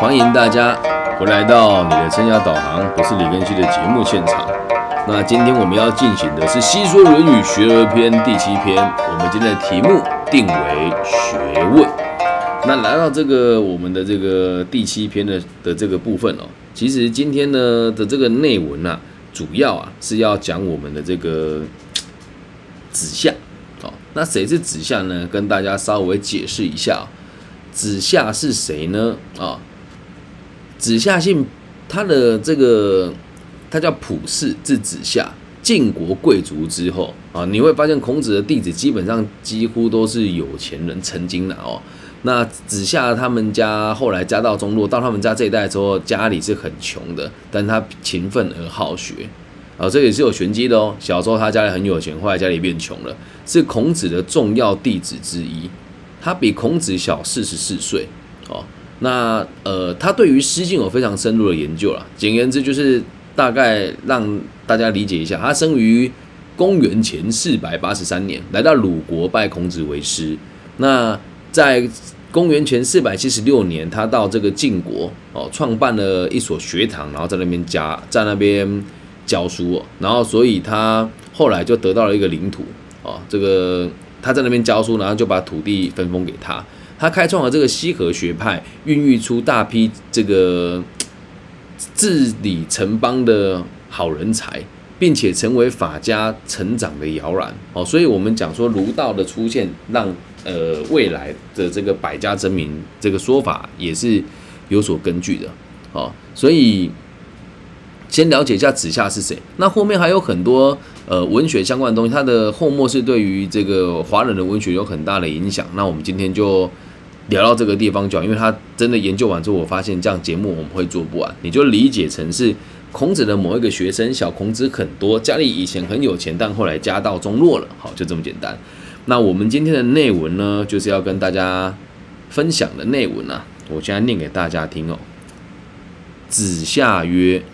欢迎大家回来到你的生涯导航，不是李根熙的节目现场。那今天我们要进行的是《细说论语学而篇》第7篇，我们今天的题目定为学问。那来到我们的第7篇的这个部分哦，其实今天呢的这个内文啊，主要是要讲我们的这个子夏。那谁是子夏呢？跟大家稍微解释一下。子夏是谁呢？子夏姓他的他叫卜氏，字子夏，晋国贵族之后你会发现孔子的弟子基本上几乎都是有钱人，曾经那子夏他们家后来家道中落，到他们家这一代之后，家里是很穷的，但他勤奋而好学。这也是有玄机的哦。小时候他家里很有钱，后来家里变穷了，是孔子的重要弟子之一。他比孔子小44岁那他对于《诗经》有非常深入的研究啦。简言之，就是大概让大家理解一下，他生于公元前483年，来到鲁国拜孔子为师。那在公元前476年，他到这个晋国创办了一所学堂，然后在那边教书然后所以他后来就得到了一个领土他在那边教书，然后就把土地分封给他。他开创了这个西河学派，孕育出大批这个治理城邦的好人才，并且成为法家成长的摇篮所以我们讲说儒道的出现，让未来的这个百家争鸣这个说法也是有所根据的所以先了解一下子夏是谁。那后面还有很多文学相关的东西，它的后末是对于这个华人的文学有很大的影响。那我们今天就聊到这个地方就好，因为他真的研究完之后，我发现这样节目我们会做不完。你就理解成是孔子的某一个学生，小孔子很多，家里以前很有钱，但后来家道中落了，好，就这么简单。那我们今天的内文呢，就是要跟大家分享的内文我现在念给大家听子夏曰：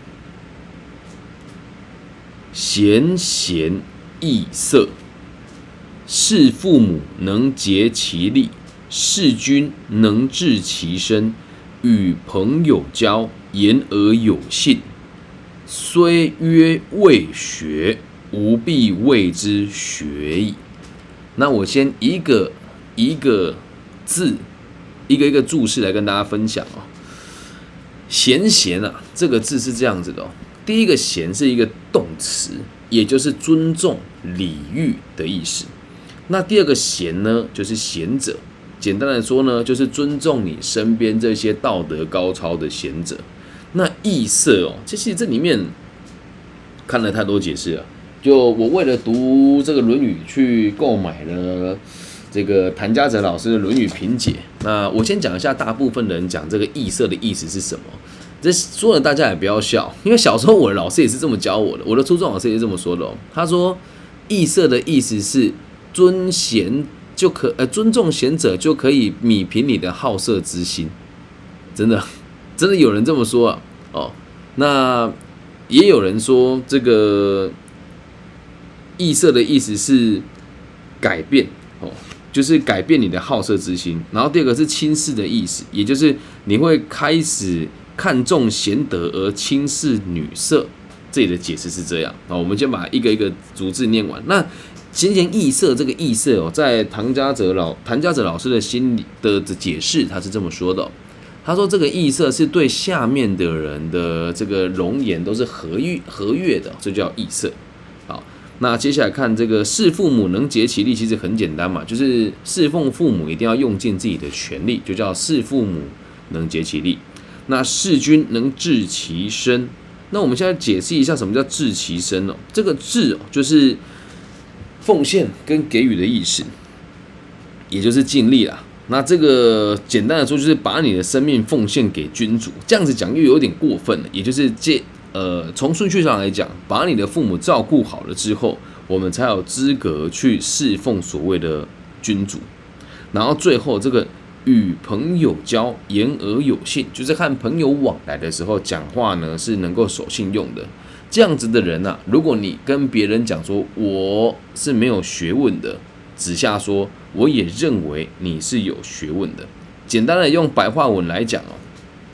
贤贤易色，事父母能竭其力，事君能治其身，与朋友交，言而有信。虽曰未学，吾必谓之学矣。那我先一个一个字，一个一个注释来跟大家分享贤贤这个字是这样子的第一个贤是一个动词，也就是尊重、礼遇的意思。那第二个贤呢，就是贤者。简单来说呢，就是尊重你身边这些道德高超的贤者。那易色其实这里面看了太多解释了。就我为了读这个《论语》去购买了这个谭家哲老师的《论语评解》。那我先讲一下，大部分人讲这个易色的意思是什么。这说了大家也不要笑，因为小时候我的老师也是这么教我的，我的初中老师也是这么说的他说易色的意思是尊重贤者就可以弭平你的好色之心。真的有人这么说那也有人说这个易色的意思是改变就是改变你的好色之心。然后第二个是轻视的意思，也就是你会开始看重贤德而轻视女色。这里的解释是这样我们先把一个一个逐字念完。那贤贤易色这个易色在谭家哲老师的心里的解释，他是这么说的他说这个易色是对下面的人的这个容颜都是和悦的，这叫易色。好，那接下来看这个事父母能竭其力，其实很简单嘛，就是侍奉父母一定要用尽自己的全力，就叫事父母能竭其力。那事君能治其身。那我们现在解释一下什么叫治其身这个治就是奉献跟给予的意思，也就是尽力啦。那这个简单的说，就是把你的生命奉献给君主。这样子讲又有点过分了，也就是从顺序上来讲，把你的父母照顾好了之后，我们才有资格去侍奉所谓的君主。然后最后这个与朋友交，言而有信，就是和朋友往来的时候讲话呢是能够守信用的。这样子的人如果你跟别人讲说我是没有学问的，子夏说我也认为你是有学问的。简单的用白话文来讲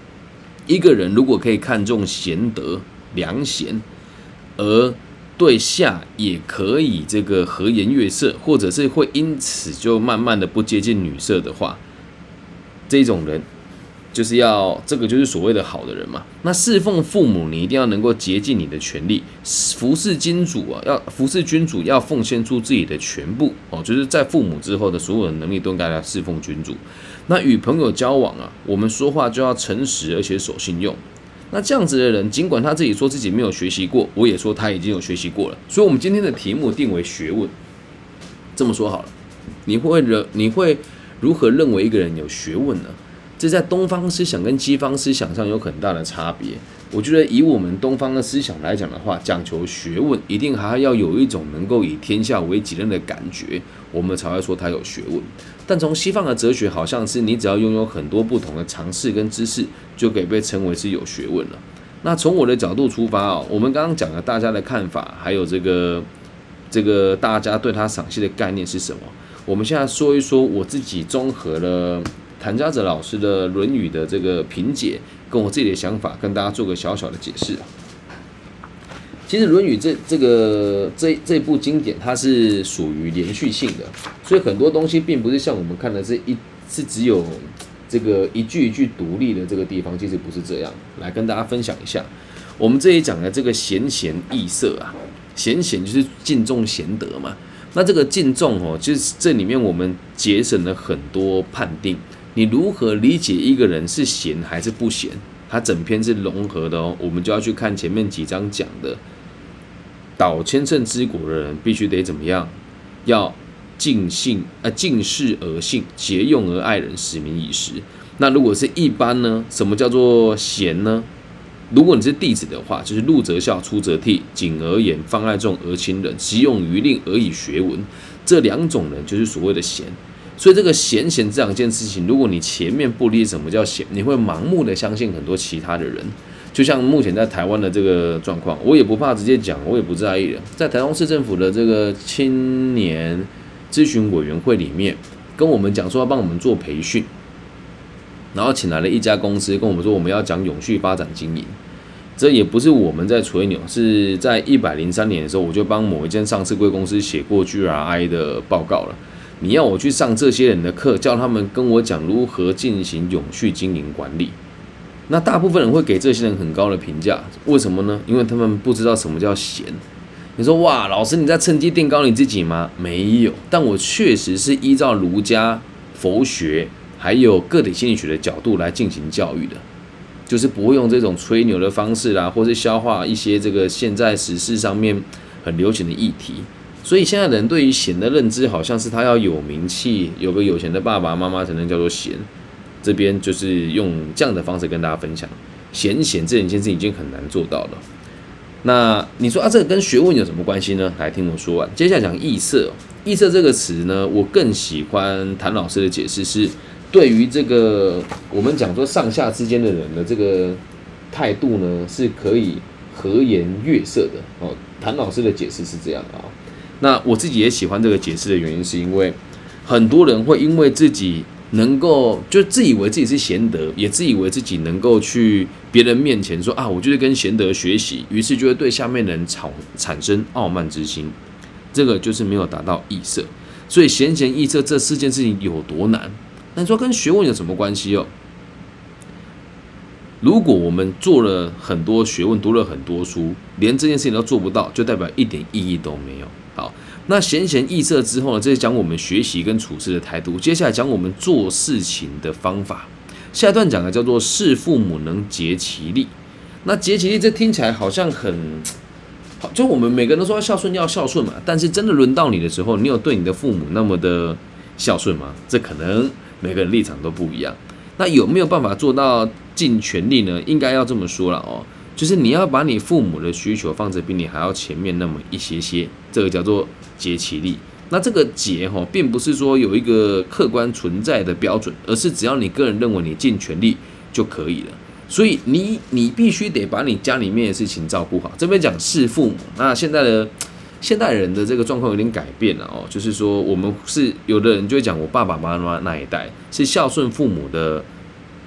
一个人如果可以看重贤德良贤，而对下也可以这个和颜悦色，或者是会因此就慢慢的不接近女色的话，这种人就是这个就是所谓的好的人嘛。那侍奉父母，你一定要能够竭尽你的全力，服侍君主啊，要奉献出自己的全部哦，就是在父母之后的所有的能力都应该来侍奉君主。那与朋友交往啊，我们说话就要诚实而且守信用。那这样子的人，尽管他自己说自己没有学习过，我也说他已经有学习过了。所以，我们今天的题目定为学问。这么说好了，你会如何认为一个人有学问呢？这在东方思想跟西方思想上有很大的差别。我觉得以我们东方的思想来讲的话，讲求学问，一定还要有一种能够以天下为己任的感觉，我们才会说他有学问。但从西方的哲学，好像是你只要拥有很多不同的常识跟知识，就可以被称为是有学问了。那从我的角度出发我们刚刚讲了大家的看法，还有这个大家对他赏析的概念是什么？我们现在说一说我自己综合了谭家哲老师的《论语》的这个评解，跟我自己的想法，跟大家做个小小的解释。其实《论语》这部经典，它是属于连续性的，所以很多东西并不是像我们看的是只有这个一句一句独立的这个地方，其实不是这样。来跟大家分享一下，我们这里讲的这个贤贤易色啊，贤贤就是敬重贤德嘛。那这个敬重就是这里面我们节省了很多判定。你如何理解一个人是贤还是不贤？它整篇是融合的我们就要去看前面几章讲的，导千乘之国的人必须得怎么样？要敬事而信，节用而爱人，使民以时。那如果是一般呢？什么叫做贤呢？如果你是弟子的话，就是入则孝，出则悌，谨而严，放爱众而亲仁，习用于令而以学文。这两种人就是所谓的贤。所以这个贤这两件事情，如果你前面不理解什么叫贤，你会盲目的相信很多其他的人。就像目前在台湾的这个状况，我也不怕直接讲，我也不在意的。在台中市政府的这个青年咨询委员会里面，跟我们讲说要帮我们做培训，然后请来了一家公司跟我们说我们要讲永续发展经营。这也不是我们在吹牛，是在103年的时候，我就帮某一间上市贵公司写过 GRI 的报告了。你要我去上这些人的课，叫他们跟我讲如何进行永续经营管理，那大部分人会给这些人很高的评价，为什么呢？因为他们不知道什么叫贤。你说哇，老师你在趁机垫高你自己吗？没有，但我确实是依照儒家、佛学还有个体心理学的角度来进行教育的，就是不会用这种吹牛的方式啦，或是消化一些这个现在时事上面很流行的议题。所以现在人对于贤的认知，好像是他要有名气，有个有钱的爸爸妈妈才能叫做贤。这边就是用这样的方式跟大家分享，贤这件事情已经很难做到了。那你说这个跟学问有什么关系呢？来听我说完。接下来讲易色，易色这个词呢，我更喜欢谭老师的解释是，对于这个我们讲说上下之间的人的这个态度呢，是可以和颜悦色的谭老师的解释是这样那我自己也喜欢这个解释的原因，是因为很多人会因为自己能够就自以为自己是贤德，也自以为自己能够去别人面前说我就是跟贤德学习，于是就会对下面的人产生傲慢之心，这个就是没有达到易色。所以贤易色这4件事情有多难？那你说跟学问有什么关系如果我们做了很多学问，读了很多书，连这件事情都做不到，就代表一点意义都没有。好，那贤易色之后呢，这是讲我们学习跟处事的态度。接下来讲我们做事情的方法。下一段讲的叫做事父母能竭其力。那竭其力这听起来好像很好，就我们每个人都说要孝顺嘛，但是真的轮到你的时候，你有对你的父母那么的孝顺吗？这可能每个人立场都不一样。那有没有办法做到尽全力呢？应该要这么说了就是你要把你父母的需求放在比你还要前面那么一些，这个叫做竭其力。那这个竭并不是说有一个客观存在的标准，而是只要你个人认为你尽全力就可以了。所以你必须得把你家里面的事情照顾好。这边讲事父母，那现代人的这个状况有点改变了就是说我们是有的人就会讲我爸爸妈妈那一代是孝顺父母的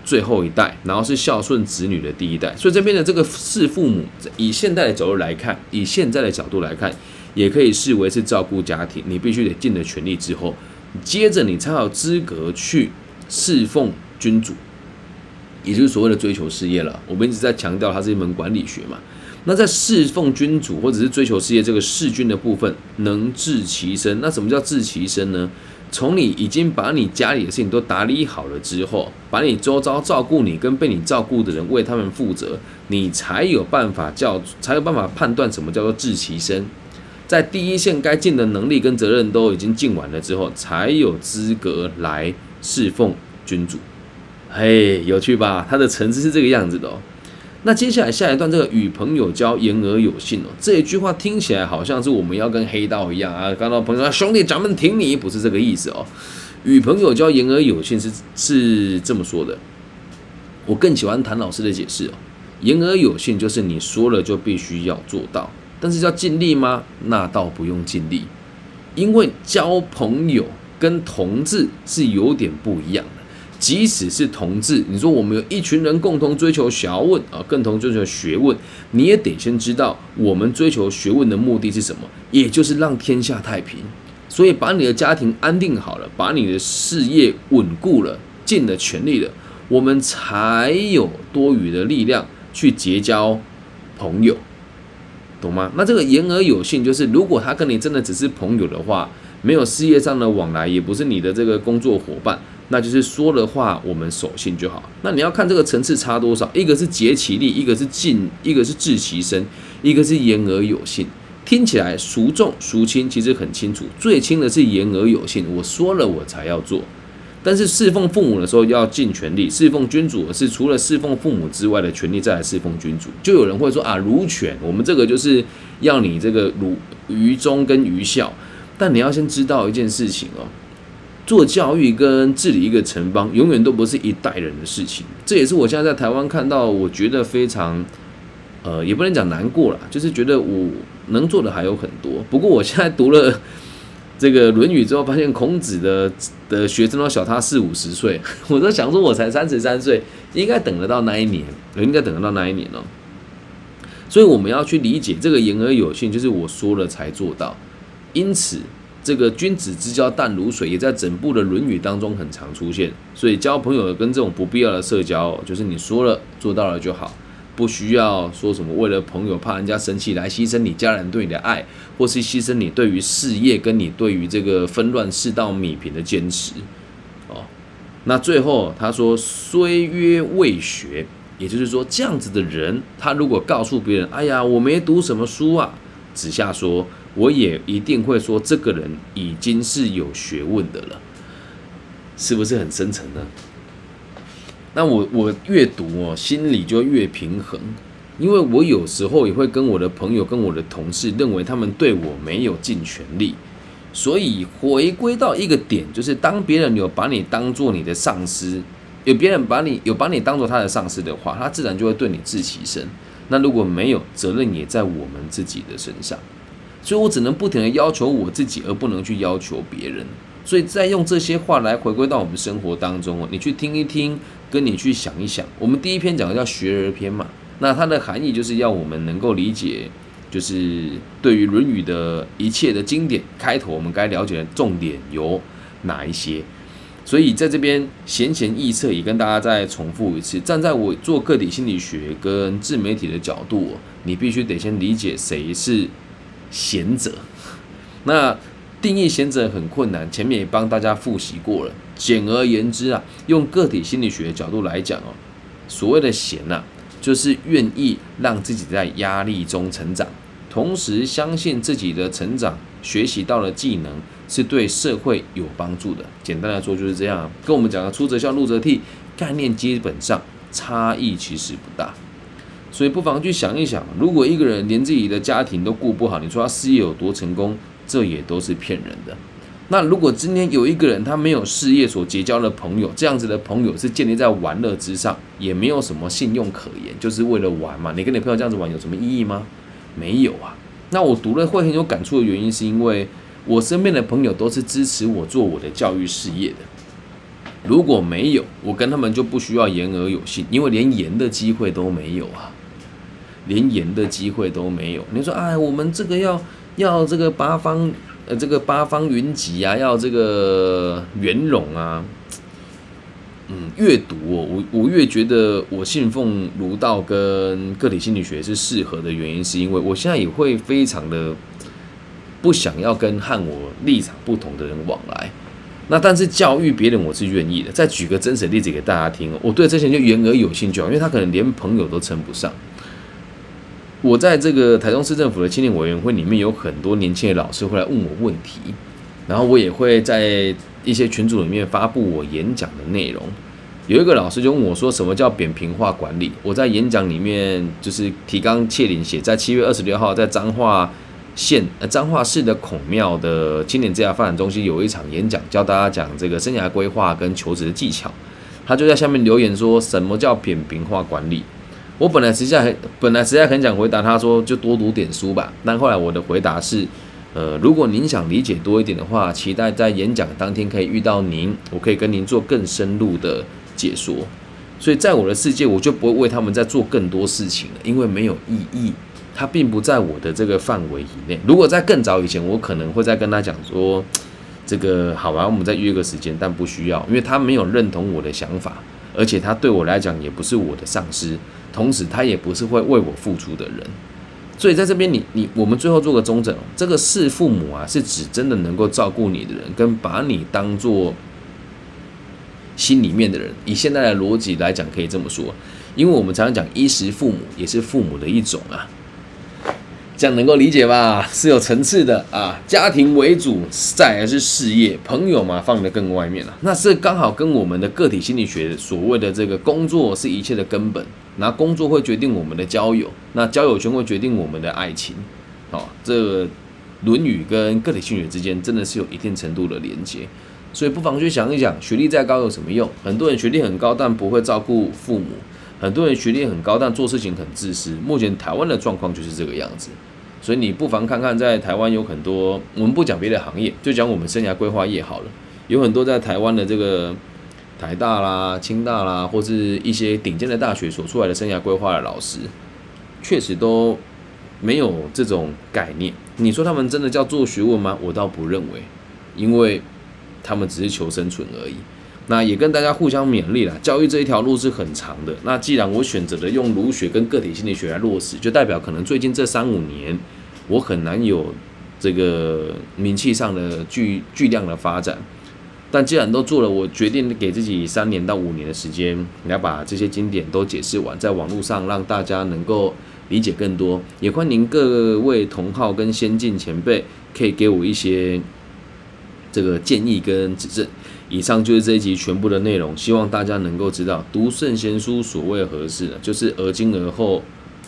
最后一代，然后是孝顺子女的第一代。所以这边的这个侍父母，以现在的角度来看，也可以视为是照顾家庭，你必须得尽了全力之后，接着你才有资格去侍奉君主，也就是所谓的追求事业了。我们一直在强调它是一门管理学嘛。那在侍奉君主或者是追求事业这个弑君的部分，能治其身。那什么叫治其身呢？从你已经把你家里的事情都打理好了之后，把你周遭照顾你跟被你照顾的人为他们负责，你才有办法判断什么叫做治其身。在第一线该尽的能力跟责任都已经尽完了之后，才有资格来侍奉君主。嘿，有趣吧？它的层次是这个样子的哦。那接下来下一段这个与朋友交，言而有信哦，这一句话听起来好像是我们要跟黑道一样啊，看到朋友说兄弟咱们挺你，不是这个意思哦。与朋友交，言而有信是这么说的。我更喜欢谭老师的解释哦。言而有信就是你说了就必须要做到，但是要尽力吗？那倒不用尽力，因为交朋友跟同志是有点不一样的。即使是同志，你说我们有一群人共同追求学问啊，共同追求学问，你也得先知道我们追求学问的目的是什么，也就是让天下太平。所以把你的家庭安定好了，把你的事业稳固了，尽了全力了，我们才有多余的力量去结交朋友，懂吗？那这个言而有信，就是如果他跟你真的只是朋友的话，没有事业上的往来，也不是你的这个工作伙伴，那就是说的话我们守信就好。那你要看这个层次差多少，一个是结其利，一个是治其身，一个是言而有信。听起来孰重孰轻其实很清楚，最轻的是言而有信，我说了我才要做。但是侍奉父母的时候要尽全力，侍奉君主是除了侍奉父母之外的权利再来侍奉君主。就有人会说啊，儒权，我们这个就是要你这个愚忠跟愚孝。但你要先知道一件事情哦，做教育跟治理一个城邦，永远都不是一代人的事情。这也是我现在在台湾看到，我觉得非常，也不能讲难过啦，就是觉得我能做的还有很多。不过我现在读了这个《论语》之后，发现孔子的学生都小他40-50岁，我都想说，我才33岁，应该等得到那一年，哦。所以我们要去理解这个言而有信，就是我说了才做到。因此，这个君子之交淡如水，也在整部的《论语》当中很常出现。所以交朋友跟这种不必要的社交，就是你说了做到了就好，不需要说什么为了朋友怕人家生气来牺牲你家人对你的爱，或是牺牲你对于事业跟你对于这个纷乱世道米平的坚持。那最后他说虽曰未学，也就是说这样子的人，他如果告诉别人，哎呀我没读什么书啊，子夏说我也一定会说这个人已经是有学问的了，是不是很深沉呢？那我越读心里就越平衡，因为我有时候也会跟我的朋友跟我的同事认为他们对我没有尽全力，所以回归到一个点，就是当别人有把你当作你的上司，有别人把你当作他的上司的话，他自然就会对你治其身。那如果没有，责任也在我们自己的身上。所以我只能不停的要求我自己，而不能去要求别人。所以再用这些话来回归到我们生活当中，你去听一听，跟你去想一想。我们第一篇讲的叫学而篇嘛，那它的含义就是要我们能够理解，就是对于《论语》的一切的经典开头，我们该了解的重点有哪一些。所以在这边闲闲易测，也跟大家再重复一次，站在我做个体心理学跟自媒体的角度，你必须得先理解谁是贤者。那定义贤者很困难，前面也帮大家复习过了。简而言之啊，用个体心理学的角度来讲所谓的贤就是愿意让自己在压力中成长，同时相信自己的成长学习到的技能是对社会有帮助的。简单来说就是这样，跟我们讲的出则孝，入则悌概念基本上差异其实不大。所以不妨去想一想，如果一个人连自己的家庭都顾不好，你说他事业有多成功，这也都是骗人的。那如果今天有一个人他没有事业所结交的朋友，这样子的朋友是建立在玩乐之上，也没有什么信用可言，就是为了玩嘛。你跟你朋友这样子玩有什么意义吗？没有啊。那我读了会很有感触的原因，是因为我身边的朋友都是支持我做我的教育事业的。 如果没有，我跟他们就不需要言而有信，因为连言的机会都没有啊，连言的机会都没有。你说，哎，我们这个要这个八方云集啊，要这个圆融啊。越读我越觉得我信奉儒道跟个体心理学是适合的原因，是因为我现在也会非常的不想要跟和我立场不同的人往来。那但是教育别人我是愿意的。再举个真实的例子给大家听我对这些人就言而有信就好，因为他可能连朋友都称不上。我在这个台中市政府的青年委员会里面，有很多年轻的老师会来问我问题，然后我也会在一些群组里面发布我演讲的内容。有一个老师就问我说，什么叫扁平化管理？我在演讲里面就是提纲挈领写，在7月26号在彰化市的孔庙的青年职涯发展中心有一场演讲，教大家讲这个生涯规划跟求职的技巧。他就在下面留言说，什么叫扁平化管理？我本来实在很想回答他说，就多读点书吧。但后来我的回答是，如果您想理解多一点的话，期待在演讲当天可以遇到您，我可以跟您做更深入的解说。所以在我的世界，我就不会为他们在做更多事情了，因为没有意义，它并不在我的这个范围以内。如果在更早以前，我可能会再跟他讲说，这个好吧，我们再约个时间，但不需要，因为他没有认同我的想法，而且他对我来讲也不是我的上司，同时他也不是会为我付出的人。所以在这边我们最后做个中整，这个侍父母啊，是指真的能够照顾你的人，跟把你当作心里面的人。以现在的逻辑来讲，可以这么说，因为我们常常讲衣食父母也是父母的一种啊，这样能够理解吧？是有层次的啊，家庭为主，再来是事业，朋友嘛放得更外面了。那这刚好跟我们的个体心理学所谓的这个工作是一切的根本，那工作会决定我们的交友，那交友圈会决定我们的爱情。这个论语跟个体心理学之间真的是有一定程度的连接，所以不妨去想一想，学历再高有什么用？很多人学历很高，但不会照顾父母；很多人学历很高，但做事情很自私。目前台湾的状况就是这个样子。所以你不妨看看，在台湾有很多，我们不讲别的行业，就讲我们生涯规划业好了。有很多在台湾的这个台大啦、清大啦，或是一些顶尖的大学所出来的生涯规划的老师，确实都没有这种概念。你说他们真的叫做学问吗？我倒不认为，因为他们只是求生存而已。那也跟大家互相勉励啦，教育这一条路是很长的。那既然我选择了用儒学跟个体心理学来落实，就代表可能最近这3-5年，我很难有这个名气上的巨量的发展。但既然都做了，我决定给自己3年到5年的时间，来把这些经典都解释完，在网络上让大家能够理解更多。也欢迎各位同好跟先进前辈可以给我一些这个建议跟指正。以上就是这一集全部的内容，希望大家能够知道，读圣贤书所谓何事呢？就是而今而后，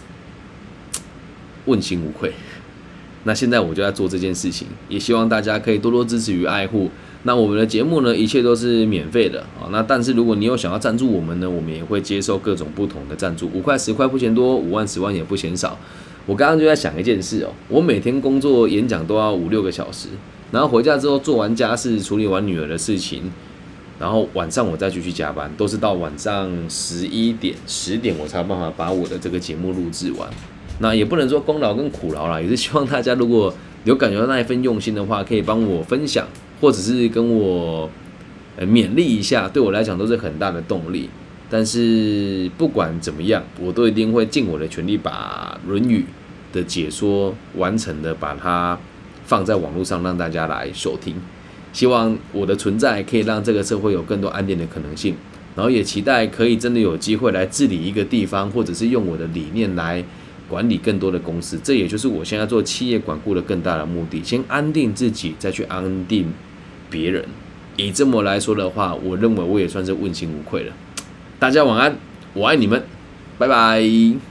问心无愧。那现在我就在做这件事情，也希望大家可以多多支持与爱护。那我们的节目呢，一切都是免费的啊。那但是如果你有想要赞助我们呢，我们也会接受各种不同的赞助，5块10块不嫌多，5万10万也不嫌少。我刚刚就在想一件事我每天工作演讲都要5-6个小时。然后回家之后做完家事，处理完女儿的事情，然后晚上我再继续加班，都是到晚上11点、10点我才有办法把我的这个节目录制完。那也不能说功劳跟苦劳啦，也是希望大家如果有感觉到那一份用心的话，可以帮我分享，或者是跟我勉励一下，对我来讲都是很大的动力。但是不管怎么样，我都一定会尽我的全力把《论语》的解说完成的把它放在网络上让大家来收听，希望我的存在可以让这个社会有更多安定的可能性，然后也期待可以真的有机会来治理一个地方，或者是用我的理念来管理更多的公司。这也就是我现在做企业管顾的更大的目的，先安定自己，再去安定别人。以这么来说的话，我认为我也算是问心无愧了。大家晚安，我爱你们，拜拜。